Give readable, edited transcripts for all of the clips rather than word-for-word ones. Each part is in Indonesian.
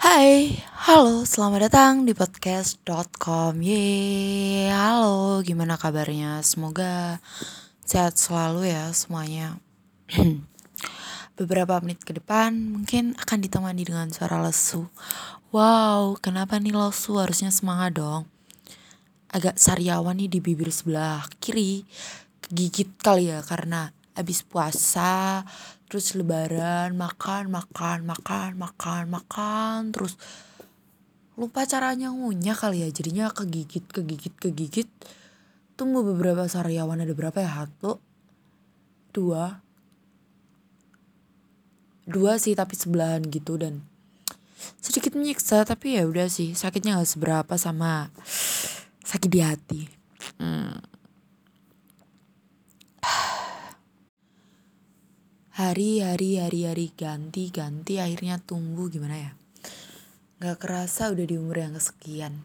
Hai, halo, selamat datang di podcast.com. Yeay, halo, gimana kabarnya? Semoga sehat selalu ya semuanya. Beberapa menit ke depan mungkin akan ditemani dengan suara lesu. Wow, kenapa nih lesu? Harusnya semangat dong. Agak sariawan nih di bibir sebelah kiri. Kegigit kali ya karena habis puasa, terus lebaran, makan, terus lupa caranya ngunyah kali ya, jadinya kegigit. Tunggu beberapa sariawan, ada berapa ya? Dua sih tapi sebelahan gitu dan sedikit menyiksa, tapi ya udah sih, sakitnya nggak seberapa sama sakit di hati. Hari ganti akhirnya tumbuh, gimana ya, nggak kerasa udah di umur yang kesekian.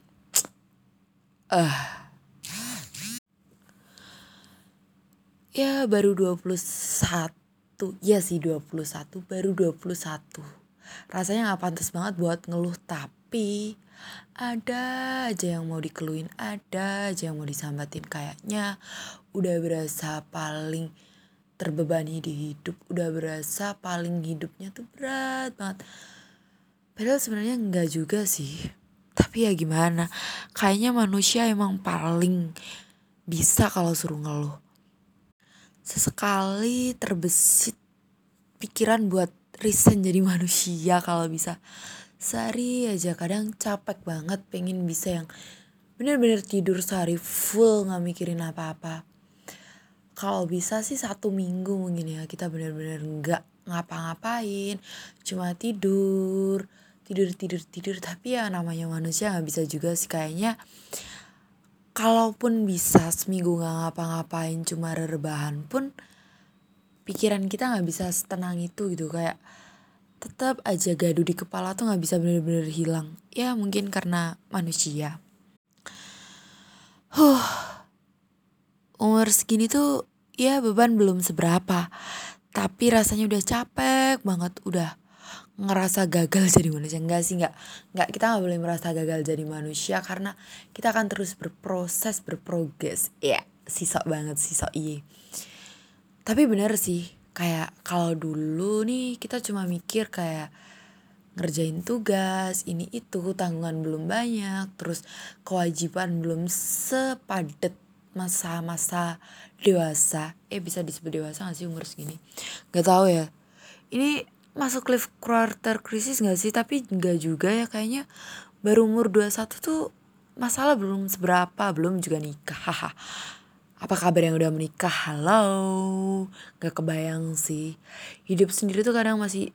Ya baru 21. Ya sih 21, baru 21. Rasanya gak pantas banget buat ngeluh, tapi ada aja yang mau dikeluhin, ada aja yang mau disambatin. Kayaknya udah berasa paling terbebani di hidup, udah berasa paling hidupnya tuh berat banget. Padahal sebenarnya enggak juga sih. Tapi ya gimana, kayaknya manusia emang paling bisa kalau suruh ngeluh. Sesekali terbesit pikiran buat resign jadi manusia kalau bisa. Sehari aja, kadang capek banget pengen bisa yang bener-bener tidur sehari full gak mikirin apa-apa. Kalau bisa sih 1 minggu mungkin ya kita bener-bener gak ngapa-ngapain, cuma tidur. Tapi ya namanya manusia gak bisa juga sih kayaknya. Kalaupun bisa seminggu gak ngapa-ngapain, cuma rebahan pun pikiran kita gak bisa setenang itu gitu. Kayak tetap aja gaduh di kepala tuh gak bisa bener-bener hilang. Ya mungkin karena manusia. Umur segini tuh ya beban belum seberapa, tapi rasanya udah capek banget, udah ngerasa gagal jadi manusia. Enggak sih, enggak, kita gak boleh merasa gagal jadi manusia karena kita akan terus berproses, berprogres. Ya, sisok banget, sisok iye. Tapi bener sih, kayak kalau dulu nih kita cuma mikir kayak ngerjain tugas, ini itu, tanggungan belum banyak, terus kewajiban belum sepadet masa-masa dewasa. Bisa disebut dewasa gak sih umur segini? Gak tahu ya. Ini masuk live quarter crisis gak sih? Tapi gak juga ya, kayaknya baru umur 21 tuh masalah belum seberapa, belum juga nikah. Apa kabar yang udah menikah? Halo. Gak kebayang sih. Hidup sendiri tuh kadang masih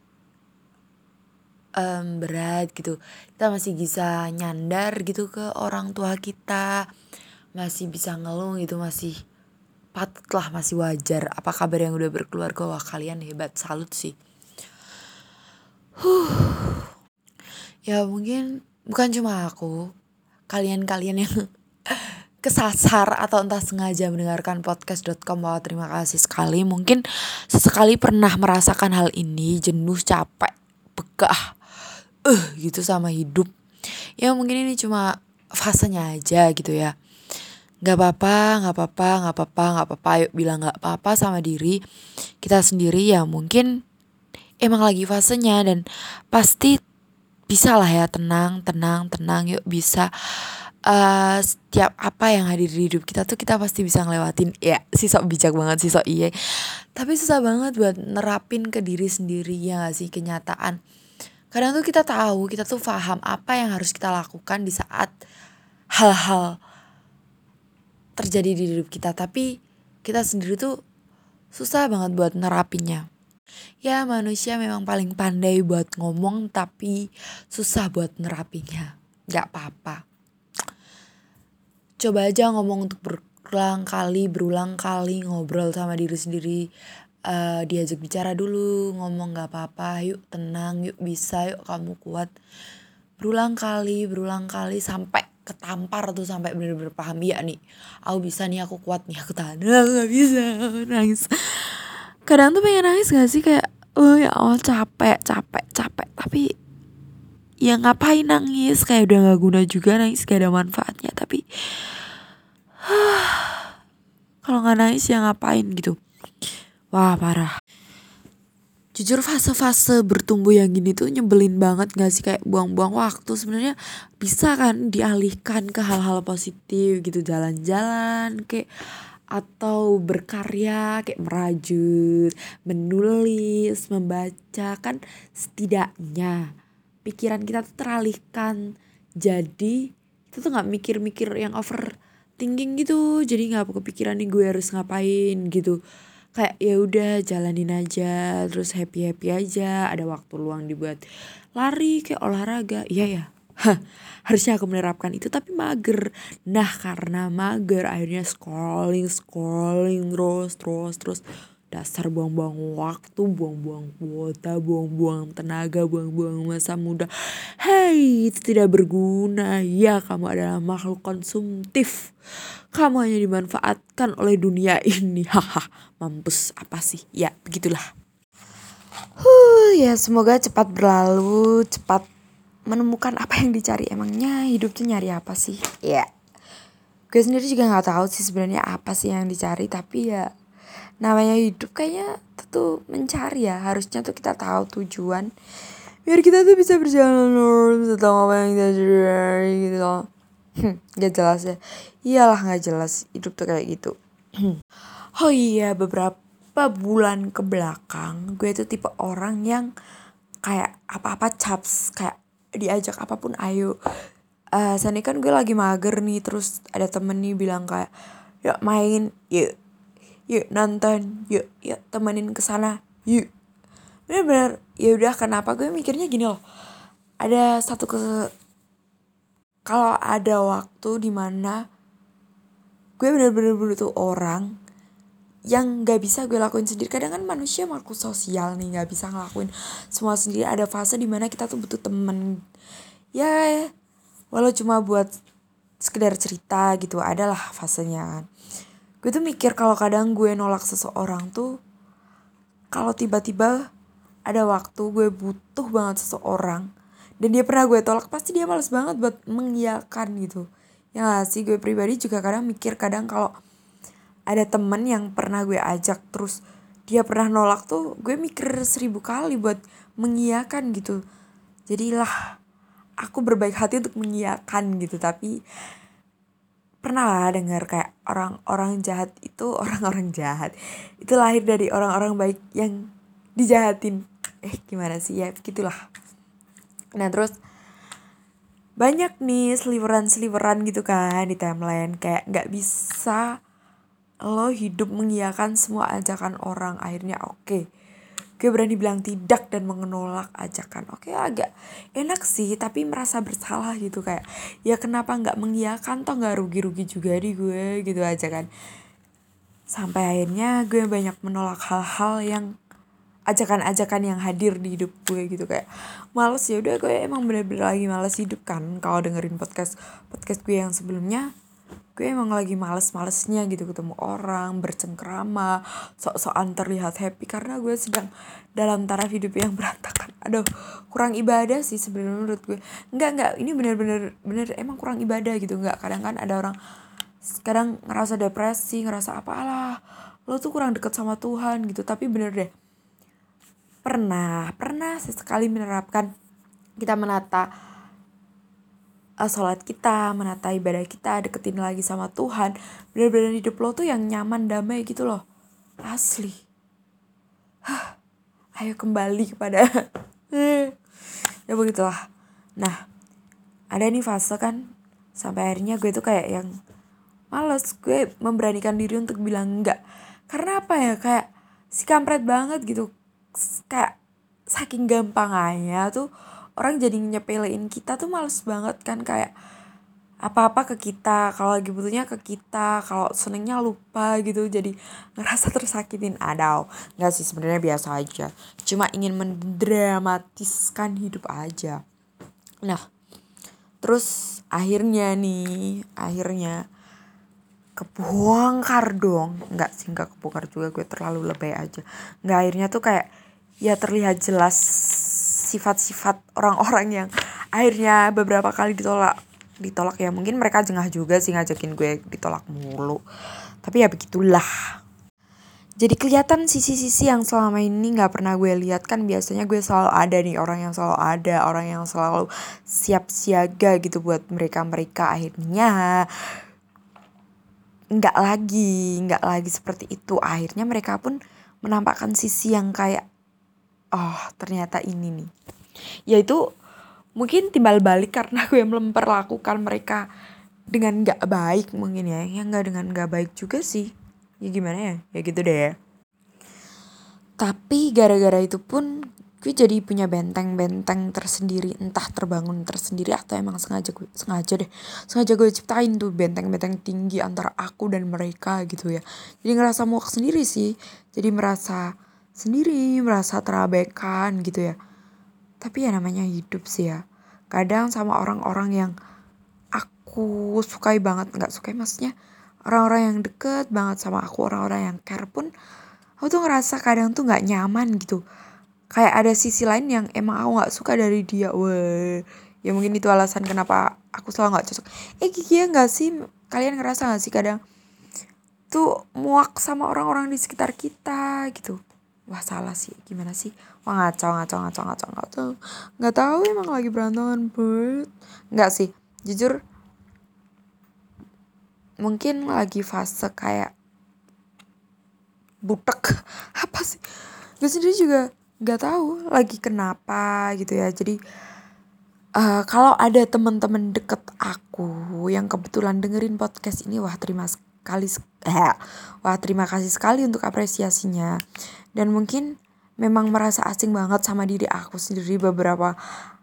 berat gitu. Kita masih bisa nyandar gitu ke orang tua kita, masih bisa ngeluh gitu, masih patut lah, masih wajar. Apa kabar yang udah berkeluarga? Wah kalian hebat, salut sih. Ya mungkin bukan cuma aku, kalian yang kesasar atau entah sengaja mendengarkan podcast.com. Wah terima kasih sekali. Mungkin sesekali pernah merasakan hal ini, jenuh, capek, begah gitu sama hidup. Ya mungkin ini cuma fasenya aja gitu ya. Gak apa-apa. Yuk bilang gak apa-apa sama diri kita sendiri. Ya mungkin emang lagi fasenya dan pasti bisa lah ya, tenang. Yuk bisa. Setiap apa yang hadir di hidup kita tuh kita pasti bisa ngelewatin. Ya si sok bijak banget, si sok iye. Tapi susah banget buat nerapin ke diri sendiri, ya gak sih, kenyataan. Kadang tuh kita tahu, kita tuh paham apa yang harus kita lakukan di saat hal-hal terjadi di hidup kita, tapi kita sendiri tuh susah banget buat nerapinnya. Ya manusia memang paling pandai buat ngomong tapi susah buat nerapinnya. Gak apa-apa. Coba aja ngomong untuk berulang kali ngobrol sama diri sendiri. Diajak bicara dulu, ngomong gak apa-apa, yuk tenang, yuk bisa, yuk kamu kuat. Berulang kali sampai ketampar tuh, sampai bener-bener paham. Ya nih, aku bisa nih, aku kuat nih, aku tahan. Aku gak bisa, nangis. Kadang tuh pengen nangis gak sih, kayak ya Allah capek. Tapi ya ngapain nangis, kayak udah gak guna juga nangis, gak ada manfaatnya. Tapi kalau gak nangis ya ngapain gitu. Wah parah. Jujur fase-fase bertumbuh yang gini tuh nyebelin banget gak sih, kayak buang-buang waktu. Sebenarnya bisa kan dialihkan ke hal-hal positif gitu, jalan-jalan kayak, atau berkarya kayak merajut, menulis, membaca. Kan setidaknya pikiran kita tuh teralihkan, jadi kita tuh gak mikir-mikir yang overthinking gitu. Jadi gak kepikiran nih gue harus ngapain gitu. Kayak ya udah jalanin aja, terus happy aja. Ada waktu luang dibuat lari kayak olahraga. Iya ya. Harusnya aku menerapkan itu tapi mager. Nah karena mager akhirnya scrolling terus. Dasar buang-buang waktu, buang-buang kuota, buang-buang tenaga, buang-buang masa muda. Hei, itu tidak berguna. Ya, kamu adalah makhluk konsumtif. Kamu hanya dimanfaatkan oleh dunia ini. Haha, mampus apa sih? Ya, begitulah. Ya semoga cepat berlalu, cepat menemukan apa yang dicari. Emangnya hidup tuh nyari apa sih? Ya, gue sendiri juga nggak tahu sih sebenarnya apa sih yang dicari. Tapi ya namanya hidup kayaknya tuh mencari ya. Harusnya tuh kita tahu tujuan, biar kita tuh bisa berjalan lurus, tahu apa yang kita cari gitu loh. Gak jelas ya. Iyalah gak jelas, hidup tuh kayak gitu. Oh iya, beberapa bulan ke belakang gue tuh tipe orang yang kayak apa-apa caps, kayak diajak apapun ayo. Sani kan gue lagi mager nih, terus ada temen nih bilang kayak, yuk main, yuk nonton, yuk temenin kesana, yuk. Bener-bener ya udah. Kenapa gue mikirnya gini loh, ada satu kalau ada waktu dimana gue bener-bener butuh orang yang gak bisa gue lakuin sendiri. Kadang kan manusia makhluk sosial nih, gak bisa ngelakuin semua sendiri. Ada fase dimana kita tuh butuh temen, ya walau cuma buat sekedar cerita gitu, adalah fasenya kan. Gue tuh mikir kalau kadang gue nolak seseorang tuh kalau tiba-tiba ada waktu gue butuh banget seseorang dan dia pernah gue tolak, pasti dia males banget buat mengiyakan gitu. Ya gak sih, gue pribadi juga kadang mikir, kadang kalau ada temen yang pernah gue ajak terus dia pernah nolak tuh gue mikir 1000 kali buat mengiyakan gitu. Jadilah aku berbaik hati untuk mengiyakan gitu. Tapi pernah lah dengar kayak orang-orang jahat itu orang-orang jahat itu lahir dari orang-orang baik yang dijahatin. Gimana sih ya, begitulah. Nah terus banyak nih seliweran gitu kan di timeline, kayak gak bisa lo hidup mengiyakan semua ajakan orang. Akhirnya oke, gue berani bilang tidak dan menolak ajakan. Oke, agak enak sih, tapi merasa bersalah gitu. Kayak ya kenapa gak mengiyakan, toh gak rugi-rugi juga di gue gitu aja kan. Sampai akhirnya gue banyak menolak hal-hal yang ajakan-ajakan yang hadir di hidup gue gitu. Kayak males, ya udah gue emang bener-bener lagi males hidup kan. Kalau dengerin podcast gue yang sebelumnya, gue emang lagi males-malesnya gitu ketemu orang, bercengkrama, sok-sokan terlihat happy karena gue sedang dalam taraf hidup yang berantakan. Aduh, kurang ibadah sih sebenarnya menurut gue. Enggak, ini bener emang kurang ibadah gitu. Enggak, kadang kan ada orang kadang ngerasa depresi, ngerasa apalah, lo tuh kurang deket sama Tuhan gitu. Tapi bener deh, pernah sesekali menerapkan kita menata sholat kita, menata ibadah kita, deketin lagi sama Tuhan, bener-bener hidup lo tuh yang nyaman, damai gitu loh. Asli. Ayo kembali kepada ya begitulah. Nah, ada nih fase kan, sampai akhirnya gue tuh kayak yang males. Gue memberanikan diri untuk bilang enggak. Karena apa ya, kayak si kampret banget gitu. Kayak saking gampangnya tuh orang jadi nyepelein kita tuh males banget kan. Kayak apa-apa ke kita, kalau lagi butuhnya ke kita, kalau senengnya lupa gitu, jadi ngerasa tersakitin. Nggak sih, sebenarnya biasa aja, cuma ingin mendramatiskan hidup aja. Nah terus akhirnya kebongkar dong. Nggak kebongkar juga, gue terlalu lebay aja. Akhirnya tuh kayak ya terlihat jelas sifat-sifat orang-orang yang akhirnya beberapa kali ditolak ya, mungkin mereka jengah juga sih ngajakin gue ditolak mulu, tapi ya begitulah. Jadi kelihatan sisi-sisi yang selama ini nggak pernah gue lihat. Kan biasanya gue selalu ada nih, orang yang selalu ada, orang yang selalu siap siaga gitu buat mereka. Akhirnya nggak lagi seperti itu. Akhirnya mereka pun menampakkan sisi yang kayak, oh ternyata ini nih. Yaitu mungkin timbal balik karena gue memperlakukan mereka dengan nggak baik mungkin ya. Yang nggak dengan nggak baik juga sih. Ya gimana ya? Ya gitu deh ya. Tapi gara-gara itu pun gue jadi punya benteng-benteng tersendiri, entah terbangun tersendiri atau emang sengaja gue ciptain tuh benteng-benteng tinggi antara aku dan mereka gitu ya. Jadi ngerasa muak sendiri sih, jadi merasa sendiri, merasa terabaikan gitu ya. Tapi ya namanya hidup sih ya. Kadang sama orang-orang yang aku sukai banget, nggak sukai maksudnya orang-orang yang deket banget sama aku, orang-orang yang care pun, aku tuh ngerasa kadang tuh nggak nyaman gitu. Kayak ada sisi lain yang emang aku nggak suka dari dia. Wah, ya mungkin itu alasan kenapa aku selalu nggak cocok. Gigi ya nggak sih? Kalian ngerasa nggak sih kadang tuh muak sama orang-orang di sekitar kita gitu? Wah salah sih, gimana sih? Wah ngaco. Nggak tahu emang lagi berantakan banget. Nggak sih, jujur mungkin lagi fase kayak butek apa sih, gue sendiri juga nggak tahu lagi kenapa gitu ya. Jadi kalau ada teman-teman deket aku yang kebetulan dengerin podcast ini, terima kasih sekali untuk apresiasinya. Dan mungkin memang merasa asing banget sama diri aku sendiri beberapa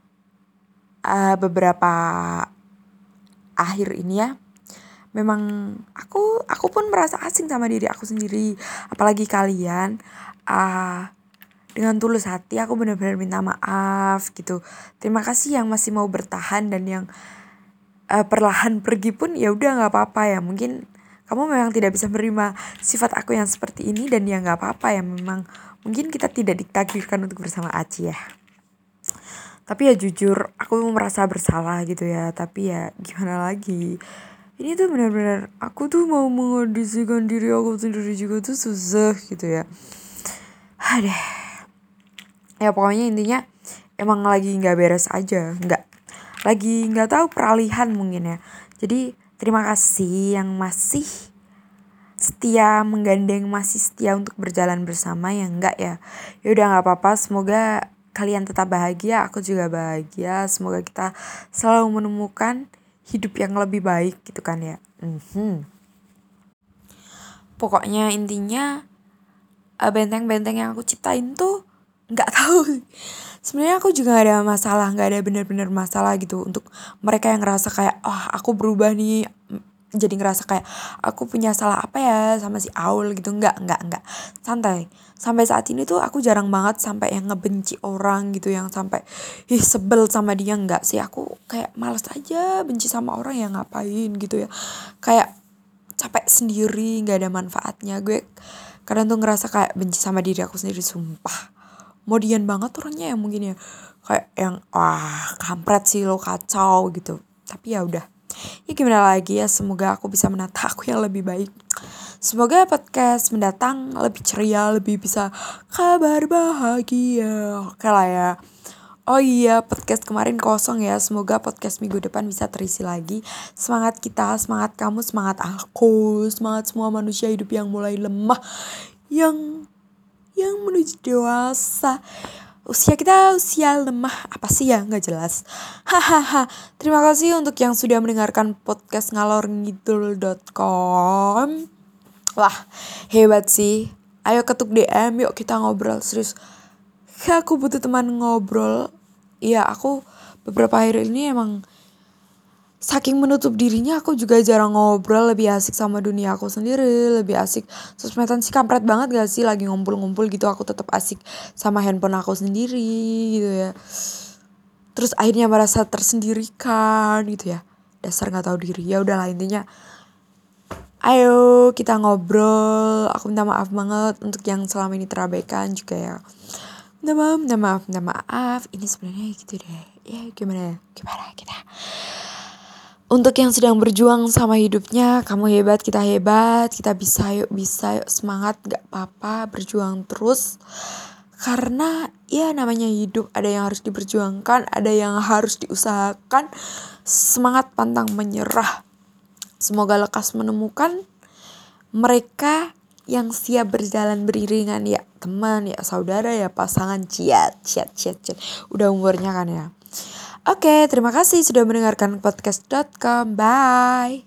akhir ini ya. Memang aku pun merasa asing sama diri aku sendiri, apalagi kalian. Dengan tulus hati aku benar-benar minta maaf gitu. Terima kasih yang masih mau bertahan, dan yang perlahan pergi pun ya udah nggak apa-apa ya. Mungkin kamu memang tidak bisa menerima sifat aku yang seperti ini, dan ya nggak apa-apa ya. Memang mungkin kita tidak ditakdirkan untuk bersama Aci ya. Tapi ya jujur aku merasa bersalah gitu ya. Tapi ya gimana lagi. Ini tuh benar-benar aku tuh mau mengondisikan diri aku sendiri juga tuh susah gitu ya. Aduh. Ya pokoknya intinya emang lagi nggak beres aja, nggak tahu peralihan mungkin ya. Jadi terima kasih yang masih setia menggandeng, masih setia untuk berjalan bersama. Ya enggak ya. Ya udah nggak apa-apa. Semoga kalian tetap bahagia, aku juga bahagia. Semoga kita selalu menemukan hidup yang lebih baik gitu kan ya. Pokoknya intinya benteng-benteng yang aku ciptain tuh nggak tahu. Sebenarnya aku juga nggak ada benar-benar masalah gitu untuk mereka yang ngerasa kayak aku berubah nih, jadi ngerasa kayak aku punya salah apa ya sama si Aul gitu. Nggak santai. Sampai saat ini tuh aku jarang banget sampai yang ngebenci orang gitu, yang sampai sebel sama dia. Nggak sih, aku kayak males aja benci sama orang yang ngapain gitu ya, kayak capek sendiri, nggak ada manfaatnya. Gue kadang tuh ngerasa kayak benci sama diri aku sendiri, sumpah. Modian banget orangnya ya mungkin ya, kayak yang kampret sih lo, kacau gitu. Tapi ya udah, ya gimana lagi ya. Semoga aku bisa menata aku yang lebih baik. Semoga podcast mendatang lebih ceria, lebih bisa kabar bahagia. Oke lah ya. Oh iya, podcast kemarin kosong ya. Semoga podcast minggu depan bisa terisi lagi. Semangat kita, semangat kamu, semangat aku, semangat semua manusia hidup yang mulai lemah, yang menuju dewasa. Usia kita usia lemah apa sih ya, nggak jelas. Hahaha. Terima kasih untuk yang sudah mendengarkan podcast ngalorngidul.com. Wah hebat sih. Ayo ketuk DM, yuk kita ngobrol serius. Aku butuh teman ngobrol. Iya, aku beberapa hari ini emang saking menutup dirinya, aku juga jarang ngobrol. Lebih asik sama dunia aku sendiri, lebih asik sosmedan sih. Kampret banget gak sih lagi ngumpul-ngumpul gitu, aku tetap asik sama handphone aku sendiri gitu ya. Terus akhirnya merasa tersendirikan gitu ya, dasar nggak tahu diri. Ya udahlah, intinya ayo kita ngobrol. Aku minta maaf banget untuk yang selama ini terabaikan juga ya. minta maaf. Ini sebenarnya gitu deh. Ya gimana kita. Untuk yang sedang berjuang sama hidupnya, kamu hebat, kita bisa yuk semangat, gak apa-apa, berjuang terus. Karena ya namanya hidup, ada yang harus diperjuangkan, ada yang harus diusahakan. Semangat, pantang menyerah. Semoga lekas menemukan mereka yang siap berjalan beriringan, ya teman, ya saudara, ya pasangan, chat. Udah umurnya kan ya. Oke, terima kasih sudah mendengarkan podcast.com. Bye.